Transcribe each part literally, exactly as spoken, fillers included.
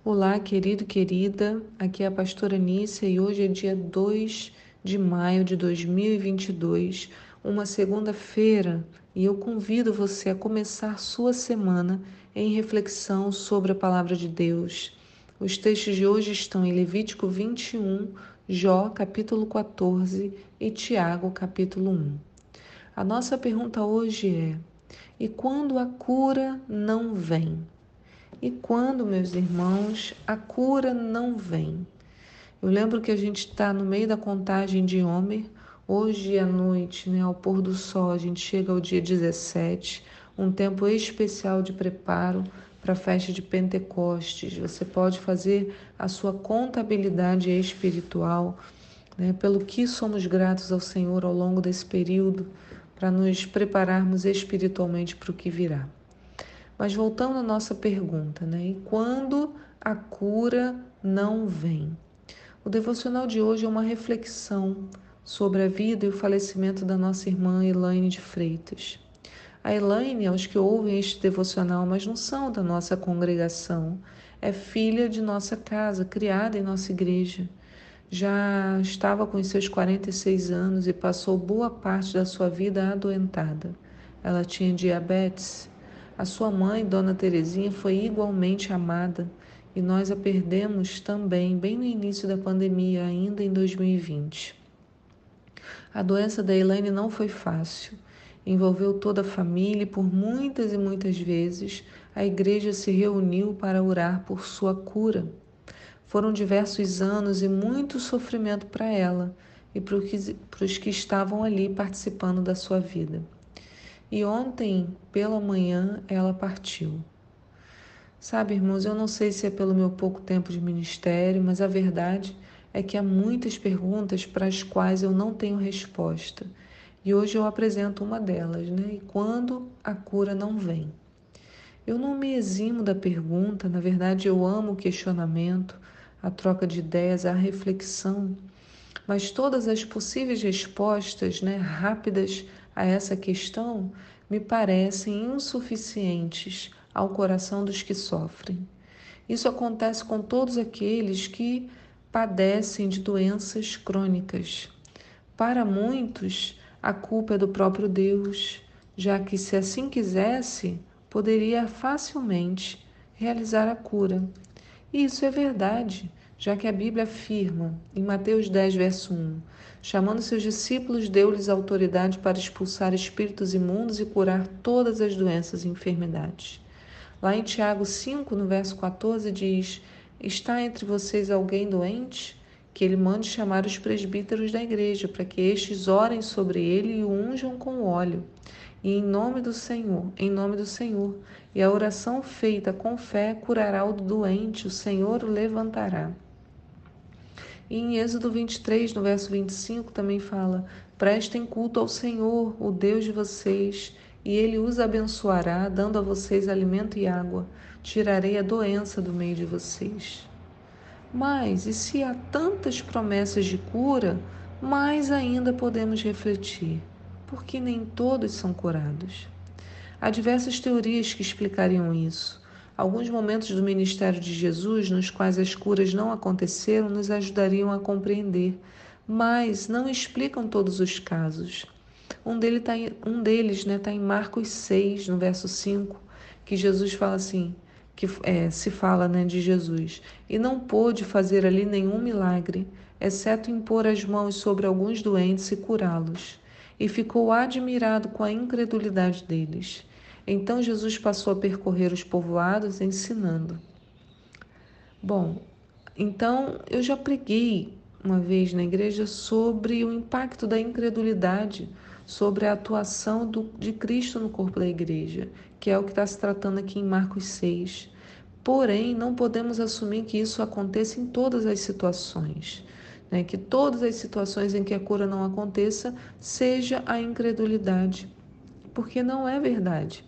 Olá, querido, querida. Aqui é a pastora Nícia e hoje é dia dois de maio de dois mil e vinte e dois, uma segunda-feira, e eu convido você a começar sua semana em reflexão sobre a palavra de Deus. Os textos de hoje estão em Levítico vinte e um, Jó, capítulo quatorze e Tiago, capítulo um. A nossa pergunta hoje é: e quando a cura não vem? E quando, meus irmãos, a cura não vem? Eu lembro que a gente está no meio da contagem de Homer. Hoje à noite, né, ao pôr do sol, a gente chega ao dia dezessete, um tempo especial de preparo para a festa de Pentecostes. Você pode fazer a sua contabilidade espiritual, né, pelo que somos gratos ao Senhor ao longo desse período, para nos prepararmos espiritualmente para o que virá. Mas voltando à nossa pergunta, né? E quando a cura não vem? O devocional de hoje é uma reflexão sobre a vida e o falecimento da nossa irmã Elaine de Freitas. A Elaine, aos que ouvem este devocional, mas não são da nossa congregação, é filha de nossa casa, criada em nossa igreja. Já estava com seus quarenta e seis anos e passou boa parte da sua vida adoentada. Ela tinha diabetes. A sua mãe, Dona Terezinha, foi igualmente amada e nós a perdemos também bem no início da pandemia, ainda em dois mil e vinte. A doença da Elaine não foi fácil. Envolveu toda a família e por muitas e muitas vezes a igreja se reuniu para orar por sua cura. Foram diversos anos e muito sofrimento para ela e para os que estavam ali participando da sua vida. E ontem, pela manhã, ela partiu. Sabe, irmãos, eu não sei se é pelo meu pouco tempo de ministério, mas a verdade é que há muitas perguntas para as quais eu não tenho resposta. E hoje eu apresento uma delas, né? E quando a cura não vem? Eu não me eximo da pergunta, na verdade eu amo o questionamento, a troca de ideias, a reflexão, mas todas as possíveis respostas, né, rápidas a essa questão me parecem insuficientes ao coração dos que sofrem. Isso acontece com todos aqueles que padecem de doenças crônicas. Para muitos, a culpa é do próprio Deus, já que, se assim quisesse, poderia facilmente realizar a cura. E isso é verdade, já que a Bíblia afirma, em Mateus dez, verso um, chamando seus discípulos, deu-lhes autoridade para expulsar espíritos imundos e curar todas as doenças e enfermidades. Lá em Tiago cinco, no verso quatorze, diz: está entre vocês alguém doente? Que ele mande chamar os presbíteros da igreja, para que estes orem sobre ele e o unjam com óleo. E em nome do Senhor, em nome do Senhor, e a oração feita com fé curará o doente, o Senhor o levantará. E em Êxodo vinte e três, no verso vinte e cinco, também fala: prestem culto ao Senhor, o Deus de vocês, e ele os abençoará, dando a vocês alimento e água. Tirarei a doença do meio de vocês. Mas, e se há tantas promessas de cura, mais ainda podemos refletir, porque nem todos são curados. Há diversas teorias que explicariam isso. Alguns momentos do ministério de Jesus, nos quais as curas não aconteceram, nos ajudariam a compreender, mas não explicam todos os casos. Um, dele tá em, um deles está, né, tá em Marcos seis, no verso cinco, que Jesus fala assim, que é, se fala, né, de Jesus, e não pôde fazer ali nenhum milagre, exceto impor as mãos sobre alguns doentes e curá-los. E ficou admirado com a incredulidade deles. Então Jesus passou a percorrer os povoados ensinando. Bom, então eu já preguei uma vez na igreja sobre o impacto da incredulidade sobre a atuação do, de Cristo no corpo da igreja, que é o que está se tratando aqui em Marcos seis. Porém, não podemos assumir que isso aconteça em todas as situações, né? Que todas as situações em que a cura não aconteça seja a incredulidade, porque não é verdade.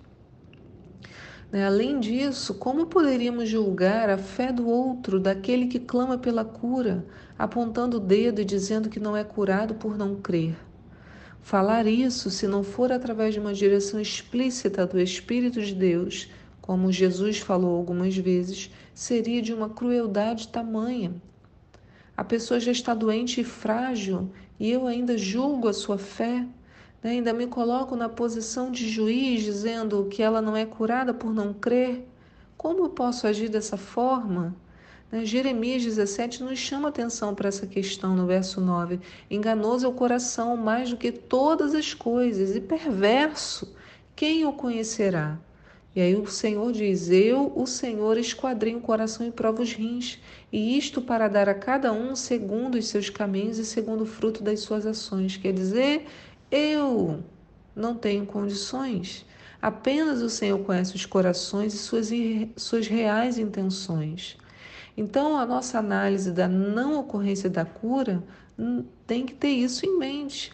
Além disso, como poderíamos julgar a fé do outro, daquele que clama pela cura, apontando o dedo e dizendo que não é curado por não crer? Falar isso, se não for através de uma direção explícita do Espírito de Deus, como Jesus falou algumas vezes, seria de uma crueldade tamanha. A pessoa já está doente e frágil e eu ainda julgo a sua fé, né? Ainda me coloco na posição de juiz, dizendo que ela não é curada por não crer. Como eu posso agir dessa forma? Né? Jeremias dezessete nos chama atenção para essa questão no verso nove. Enganoso é o coração mais do que todas as coisas e perverso. Quem o conhecerá? E aí o Senhor diz, eu, o Senhor, esquadrinho o coração e provo os rins, e isto para dar a cada um segundo os seus caminhos e segundo o fruto das suas ações. Quer dizer, eu não tenho condições. Apenas o Senhor conhece os corações e suas, suas reais intenções. Então, a nossa análise da não ocorrência da cura tem que ter isso em mente,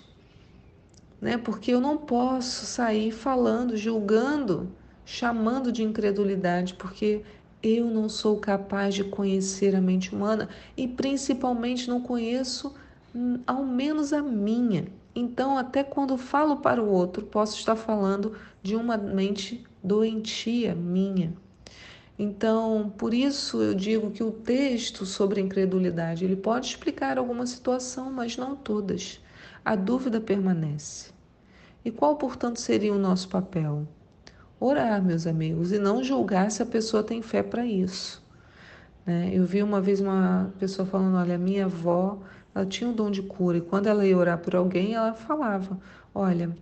né? Porque eu não posso sair falando, julgando, chamando de incredulidade, porque eu não sou capaz de conhecer a mente humana e principalmente não conheço hum, ao menos a minha. Então, até quando falo para o outro, posso estar falando de uma mente doentia minha. Então, por isso eu digo que o texto sobre incredulidade, ele pode explicar alguma situação, mas não todas. A dúvida permanece. E qual, portanto, seria o nosso papel? Orar, meus amigos, e não julgar se a pessoa tem fé para isso. Né? Eu vi uma vez uma pessoa falando, olha, minha avó, ela tinha um dom de cura, e quando ela ia orar por alguém, ela falava, olha,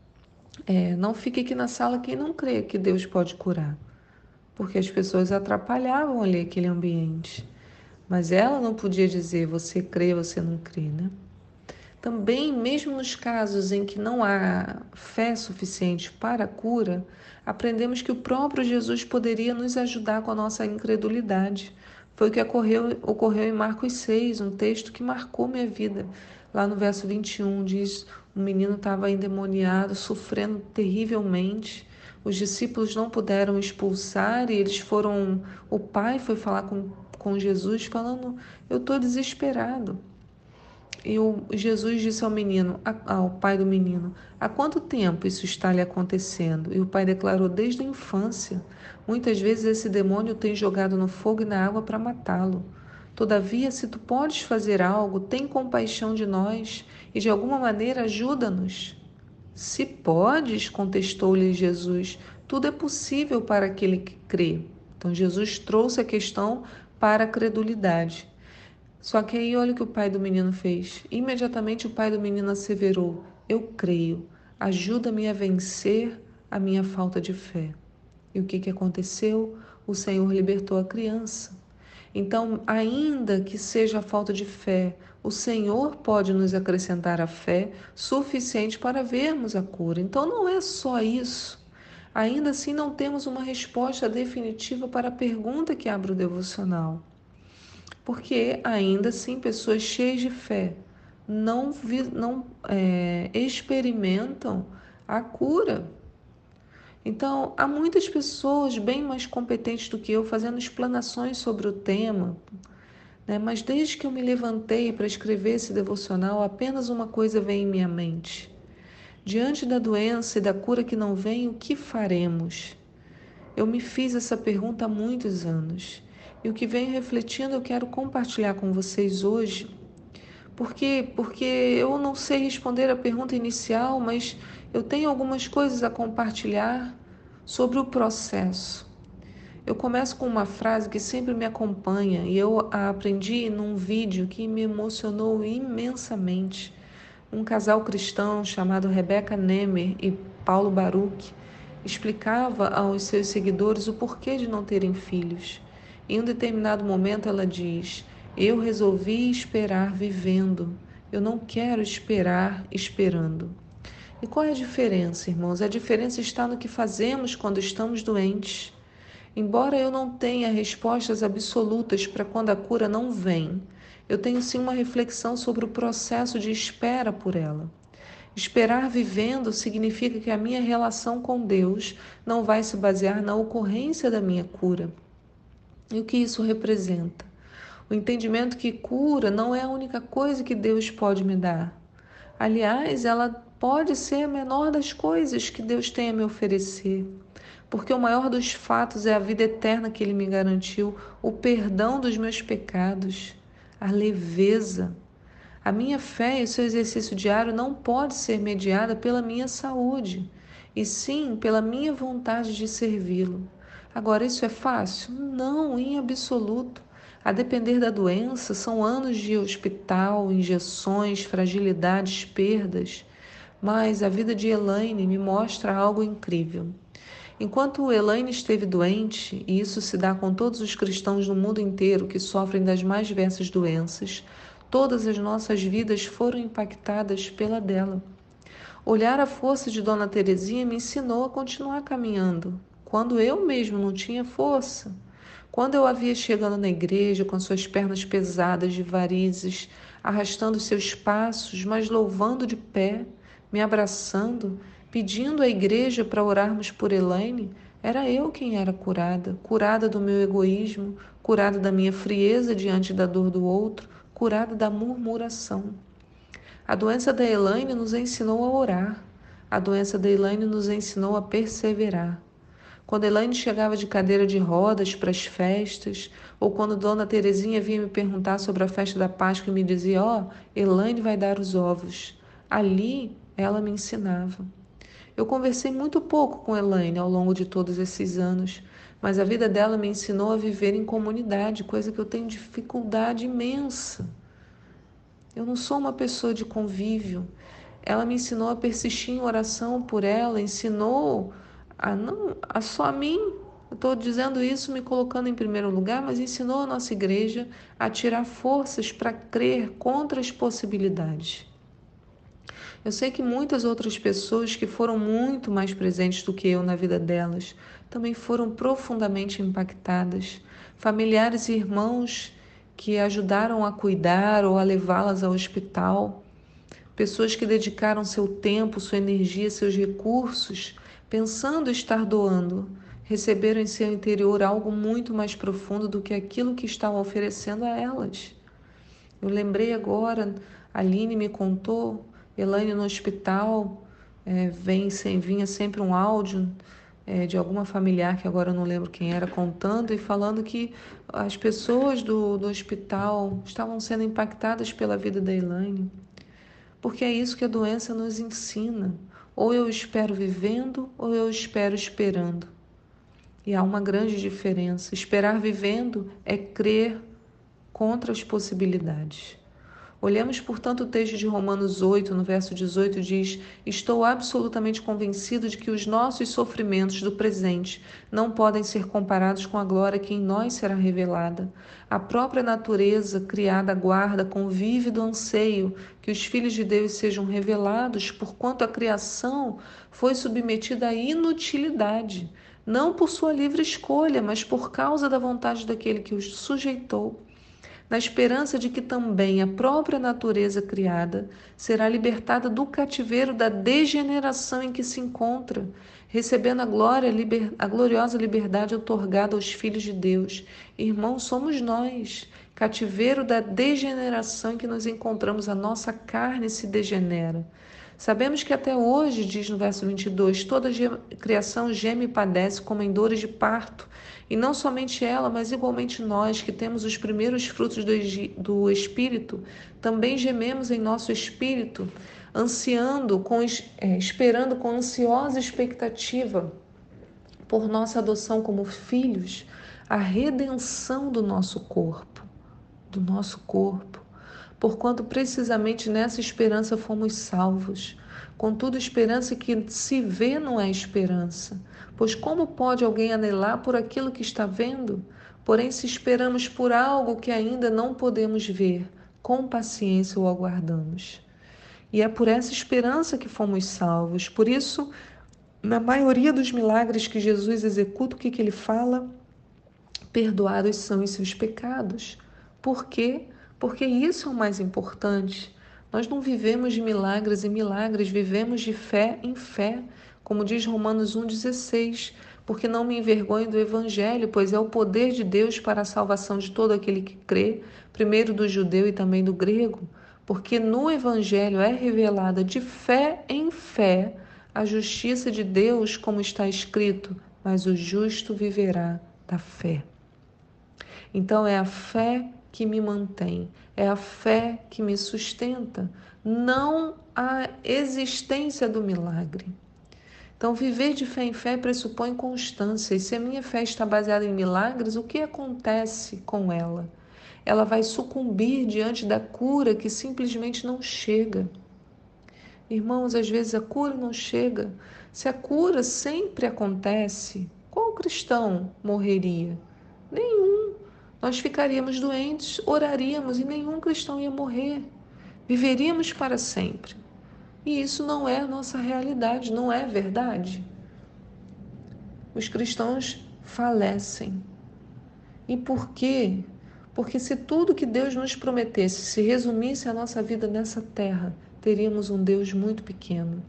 é, não fique aqui na sala quem não crê que Deus pode curar, porque as pessoas atrapalhavam ali aquele ambiente. Mas ela não podia dizer, você crê, você não crê, né? Também, mesmo nos casos em que não há fé suficiente para a cura, aprendemos que o próprio Jesus poderia nos ajudar com a nossa incredulidade. Foi o que ocorreu, ocorreu em Marcos seis, um texto que marcou minha vida. Lá no verso vinte e um diz, o menino estava endemoniado, sofrendo terrivelmente. Os discípulos não puderam expulsar e eles foram... O pai foi falar com, com Jesus falando, eu estou desesperado. E o Jesus disse ao menino, ao pai do menino, há quanto tempo isso está lhe acontecendo? E o pai declarou, desde a infância. Muitas vezes esse demônio tem jogado no fogo e na água para matá-lo. Todavia, se tu podes fazer algo, tem compaixão de nós e de alguma maneira ajuda-nos. Se podes, contestou-lhe Jesus, tudo é possível para aquele que crê. Então Jesus trouxe a questão para a credulidade. Só que aí olha o que o pai do menino fez. Imediatamente o pai do menino asseverou, eu creio, ajuda-me a vencer a minha falta de fé. E o que, que aconteceu? O Senhor libertou a criança. Então, ainda que seja a falta de fé, o Senhor pode nos acrescentar a fé suficiente para vermos a cura. Então, não é só isso. Ainda assim, não temos uma resposta definitiva para a pergunta que abre o devocional. Porque ainda assim pessoas cheias de fé não, vi, não é, experimentam a cura. Então, há muitas pessoas bem mais competentes do que eu fazendo explanações sobre o tema, né? Mas desde que eu me levantei para escrever esse devocional, apenas uma coisa vem em minha mente. Diante da doença e da cura que não vem, o que faremos? Eu me fiz essa pergunta há muitos anos. E o que venho refletindo eu quero compartilhar com vocês hoje. Por quê? Porque eu não sei responder a pergunta inicial, mas eu tenho algumas coisas a compartilhar sobre o processo. Eu começo com uma frase que sempre me acompanha e eu a aprendi num vídeo que me emocionou imensamente. Um casal cristão chamado Rebecca Nemer e Paulo Baruch explicava aos seus seguidores o porquê de não terem filhos. Em um determinado momento ela diz, eu resolvi esperar vivendo, eu não quero esperar esperando. E qual é a diferença, irmãos? A diferença está no que fazemos quando estamos doentes. Embora eu não tenha respostas absolutas para quando a cura não vem, eu tenho sim uma reflexão sobre o processo de espera por ela. Esperar vivendo significa que a minha relação com Deus não vai se basear na ocorrência da minha cura. E o que isso representa? O entendimento que cura não é a única coisa que Deus pode me dar. Aliás, ela pode ser a menor das coisas que Deus tem a me oferecer. porque o maior dos fatos é a vida eterna que Ele me garantiu, o perdão dos meus pecados, a leveza. A minha fé e o seu exercício diário não pode ser mediada pela minha saúde, e sim pela minha vontade de servi-lo. Agora, isso é fácil? Não, em absoluto. A depender da doença, são anos de hospital, injeções, fragilidades, perdas. Mas a vida de Elaine me mostra algo incrível. Enquanto Elaine esteve doente, e isso se dá com todos os cristãos no mundo inteiro que sofrem das mais diversas doenças, todas as nossas vidas foram impactadas pela dela. Olhar a força de Dona Terezinha me ensinou a continuar caminhando, quando eu mesmo não tinha força. Quando eu a via chegando na igreja com suas pernas pesadas de varizes, arrastando seus passos, mas louvando de pé, me abraçando, pedindo à igreja para orarmos por Elaine, era eu quem era curada, curada do meu egoísmo, curada da minha frieza diante da dor do outro, curada da murmuração. A doença da Elaine nos ensinou a orar. A doença da Elaine nos ensinou a perseverar. Quando Elaine chegava de cadeira de rodas para as festas, ou quando Dona Terezinha vinha me perguntar sobre a festa da Páscoa e me dizia, ó, oh, Elaine vai dar os ovos. Ali, ela me ensinava. Eu conversei muito pouco com Elaine ao longo de todos esses anos, mas a vida dela me ensinou a viver em comunidade, coisa que eu tenho dificuldade imensa. Eu não sou uma pessoa de convívio. Ela me ensinou a persistir em oração por ela, ensinou a não a só a mim. Eu estou dizendo isso me colocando em primeiro lugar, mas ensinou a nossa igreja a tirar forças para crer contra as possibilidades. Eu sei que muitas outras pessoas que foram muito mais presentes do que eu na vida delas também foram profundamente impactadas. Familiares e irmãos que ajudaram a cuidar ou a levá-las ao hospital, pessoas que dedicaram seu tempo, sua energia, seus recursos, pensando estar doando, receberam em seu interior algo muito mais profundo do que aquilo que estavam oferecendo a elas. Eu lembrei agora, a Aline me contou, Elaine no hospital, é, vem, sem, vinha sempre um áudio é, de alguma familiar, que agora eu não lembro quem era, contando e falando que as pessoas do, do hospital estavam sendo impactadas pela vida da Elaine. Porque é isso que a doença nos ensina. Ou eu espero vivendo, ou eu espero esperando. E há uma grande diferença. Esperar vivendo é crer contra as possibilidades. Olhamos, portanto, o texto de Romanos oito, no verso dezoito, diz: estou absolutamente convencido de que os nossos sofrimentos do presente não podem ser comparados com a glória que em nós será revelada. A própria natureza criada aguarda com vívido anseio que os filhos de Deus sejam revelados, porquanto a criação foi submetida à inutilidade, não por sua livre escolha, mas por causa da vontade daquele que os sujeitou, na esperança de que também a própria natureza criada será libertada do cativeiro da degeneração em que se encontra, recebendo a glória, a gloriosa liberdade outorgada aos filhos de Deus. Irmãos, somos nós, cativeiro da degeneração em que nos encontramos, a nossa carne se degenera. Sabemos que até hoje, diz no verso vinte e dois, toda a criação geme e padece como em dores de parto, e não somente ela, mas igualmente nós, que temos os primeiros frutos do, do Espírito, também gememos em nosso espírito, ansiando, com, é, esperando com ansiosa expectativa por nossa adoção como filhos, a redenção do nosso corpo, do nosso corpo. Porquanto precisamente nessa esperança fomos salvos. Contudo, esperança que se vê não é esperança. Pois como pode alguém anelar por aquilo que está vendo? Porém, se esperamos por algo que ainda não podemos ver, com paciência o aguardamos. E é por essa esperança que fomos salvos. Por isso, na maioria dos milagres que Jesus executa, o que, que ele fala? Perdoados são os seus pecados. Por quê? Porque isso é o mais importante. Nós não vivemos de milagres em milagres, vivemos de fé em fé, como diz Romanos um, dezesseis, porque não me envergonho do Evangelho, pois é o poder de Deus para a salvação de todo aquele que crê, primeiro do judeu e também do grego, porque no Evangelho é revelada de fé em fé a justiça de Deus, como está escrito, mas o justo viverá da fé. Então é a fé que me mantém, é a fé que me sustenta, não a existência do milagre. Então, viver de fé em fé pressupõe constância. E se a minha fé está baseada em milagres, o que acontece com ela? Ela vai sucumbir diante da cura que simplesmente não chega. Irmãos, às vezes a cura não chega. Se a cura sempre acontece, qual cristão morreria? Nenhum. Nós ficaríamos doentes, oraríamos e nenhum cristão ia morrer. Viveríamos para sempre. E isso não é a nossa realidade, não é verdade? Os cristãos falecem. E por quê? Porque se tudo que Deus nos prometesse se resumisse a nossa vida nessa terra, teríamos um Deus muito pequeno.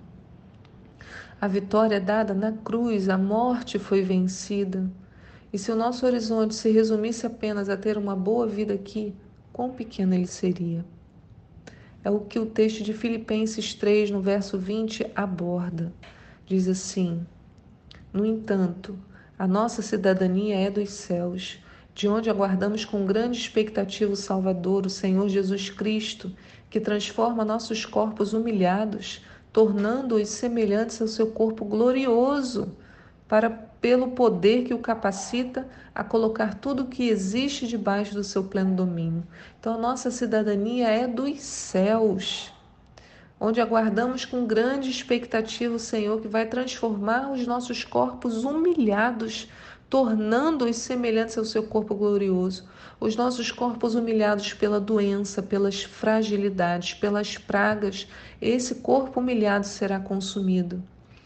A vitória é dada na cruz, a morte foi vencida. E se o nosso horizonte se resumisse apenas a ter uma boa vida aqui, quão pequeno ele seria? É o que o texto de Filipenses três, no verso vinte, aborda. Diz assim: no entanto, a nossa cidadania é dos céus, de onde aguardamos com grande expectativa o Salvador, o Senhor Jesus Cristo, que transforma nossos corpos humilhados, tornando-os semelhantes ao seu corpo glorioso, para, pelo poder que o capacita a colocar tudo o que existe debaixo do seu pleno domínio. Então, a nossa cidadania é dos céus, onde aguardamos com grande expectativa o Senhor, que vai transformar os nossos corpos humilhados, tornando-os semelhantes ao seu corpo glorioso. Os nossos corpos humilhados pela doença, pelas fragilidades, pelas pragas, esse corpo humilhado será consumido.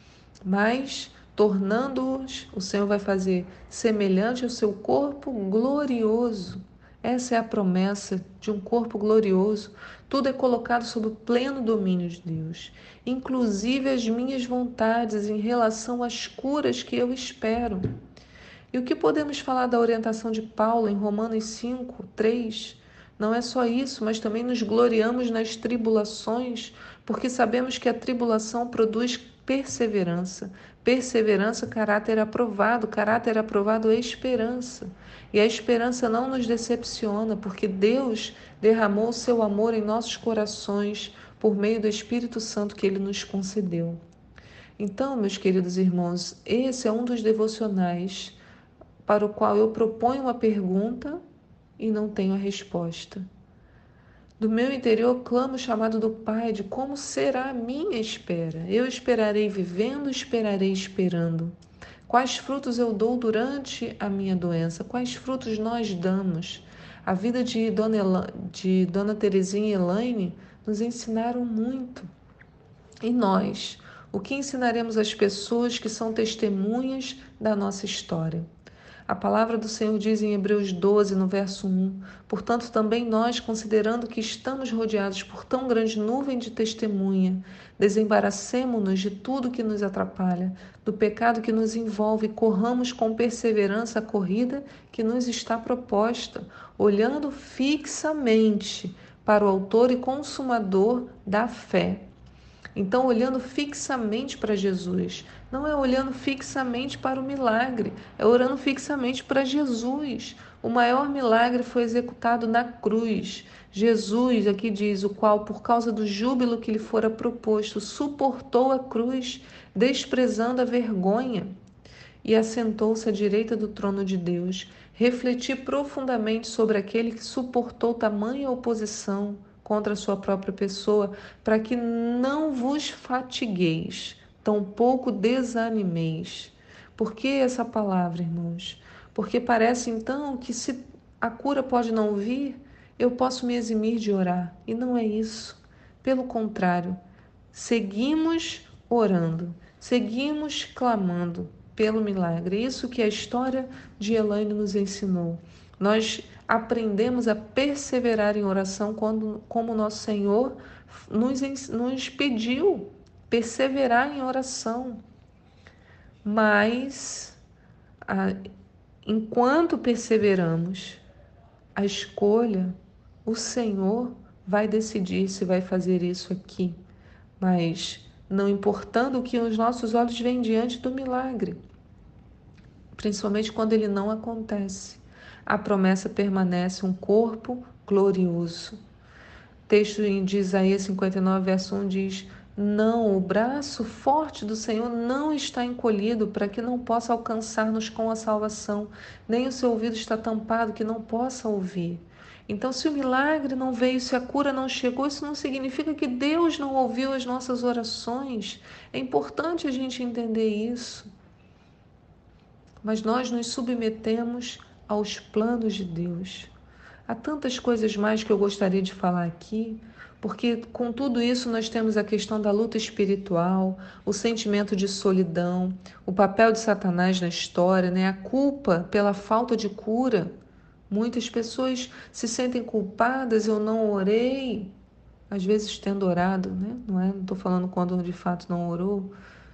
Mas, tornando-os, o Senhor vai fazer semelhante ao seu corpo glorioso. Essa é a promessa de um corpo glorioso. Tudo é colocado sob o pleno domínio de Deus, inclusive as minhas vontades em relação às curas que eu espero. E o que podemos falar da orientação de Paulo em Romanos cinco, três? Não é só isso, mas também nos gloriamos nas tribulações, porque sabemos que a tribulação produz perseverança. Perseverança, caráter aprovado. Caráter aprovado é esperança. E a esperança não nos decepciona, porque Deus derramou o seu amor em nossos corações por meio do Espírito Santo que Ele nos concedeu. Então, meus queridos irmãos, esse é um dos devocionais para o qual eu proponho uma pergunta e não tenho a resposta. Do meu interior clamo o chamado do Pai de como será a minha espera. Eu esperarei vivendo, esperarei esperando. Quais frutos eu dou durante a minha doença? Quais frutos nós damos? A vida de Dona, Ela... de Dona Terezinha e Elaine nos ensinaram muito. E nós? O que ensinaremos às pessoas que são testemunhas da nossa história? A palavra do Senhor diz em Hebreus doze, no verso um: portanto, também nós, considerando que estamos rodeados por tão grande nuvem de testemunha, desembaracemo-nos de tudo que nos atrapalha, do pecado que nos envolve, e corramos com perseverança a corrida que nos está proposta, olhando fixamente para o autor e consumador da fé. Então, olhando fixamente para Jesus, não é olhando fixamente para o milagre, é olhando fixamente para Jesus. O maior milagre foi executado na cruz. Jesus, aqui diz, o qual, por causa do júbilo que lhe fora proposto, suportou a cruz, desprezando a vergonha, e assentou-se à direita do trono de Deus. Refleti profundamente sobre aquele que suportou tamanha oposição contra a sua própria pessoa, para que não vos fatigueis, tampouco desanimeis. Por que essa palavra, irmãos? Porque parece então que se a cura pode não vir, eu posso me eximir de orar. E não é isso. Pelo contrário, seguimos orando, seguimos clamando pelo milagre. Isso que a história de Elaine nos ensinou. Nós aprendemos a perseverar em oração quando, como nosso Senhor nos, nos pediu perseverar em oração. Mas, a, enquanto perseveramos, a escolha, o Senhor vai decidir se vai fazer isso aqui. Mas, não importando o que os nossos olhos veem diante do milagre, principalmente quando ele não acontece. A promessa permanece, um corpo glorioso. O texto de Isaías cinquenta e nove, verso um diz: não, o braço forte do Senhor não está encolhido para que não possa alcançar-nos com a salvação, nem o seu ouvido está tampado que não possa ouvir. Então, se o milagre não veio, se a cura não chegou, isso não significa que Deus não ouviu as nossas orações. É importante a gente entender isso. Mas nós nos submetemos aos planos de Deus. Há tantas coisas mais que eu gostaria de falar aqui, porque com tudo isso nós temos a questão da luta espiritual, o sentimento de solidão, o papel de Satanás na história, né? A culpa pela falta de cura. Muitas pessoas se sentem culpadas, eu não orei, às vezes tendo orado, né? Não é? Não estou falando quando de fato não orou,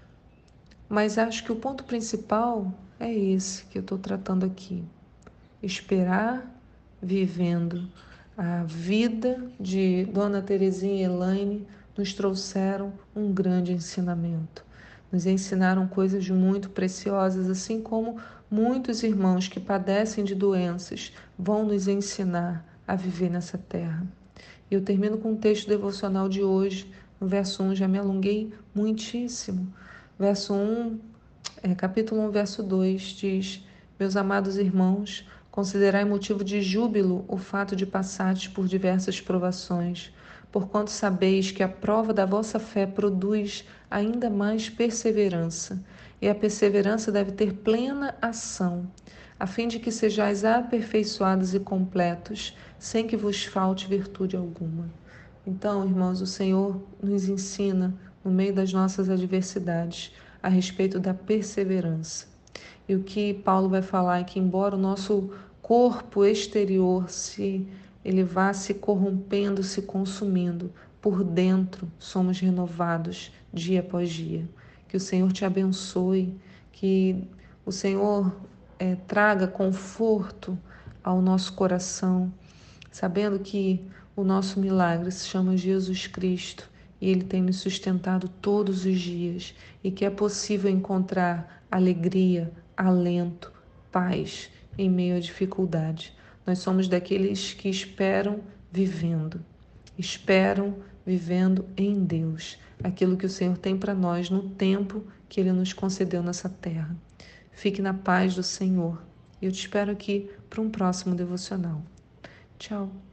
mas acho que o ponto principal é esse que eu estou tratando aqui. Esperar vivendo. A vida de Dona Terezinha e Elaine nos trouxeram um grande ensinamento. Nos ensinaram coisas muito preciosas, assim como muitos irmãos que padecem de doenças vão nos ensinar a viver nessa terra. E eu termino com o texto devocional de hoje, no verso um, já me alonguei muitíssimo. Verso um, é, capítulo um, verso dois, diz: meus amados irmãos, considerai motivo de júbilo o fato de passardes por diversas provações, porquanto sabeis que a prova da vossa fé produz ainda mais perseverança, e a perseverança deve ter plena ação, a fim de que sejais aperfeiçoados e completos, sem que vos falte virtude alguma. Então, irmãos, o Senhor nos ensina, no meio das nossas adversidades, a respeito da perseverança. E o que Paulo vai falar é que, embora o nosso corpo exterior se ele vá se corrompendo, se consumindo, por dentro somos renovados dia após dia. Que o Senhor te abençoe, que o Senhor é, traga conforto ao nosso coração, sabendo que o nosso milagre se chama Jesus Cristo e Ele tem nos sustentado todos os dias e que é possível encontrar alegria, alento, paz em meio à dificuldade. Nós somos daqueles que esperam vivendo, esperam vivendo em Deus, aquilo que o Senhor tem para nós no tempo que Ele nos concedeu nessa terra. Fique na paz do Senhor. Eu te espero aqui para um próximo devocional. Tchau.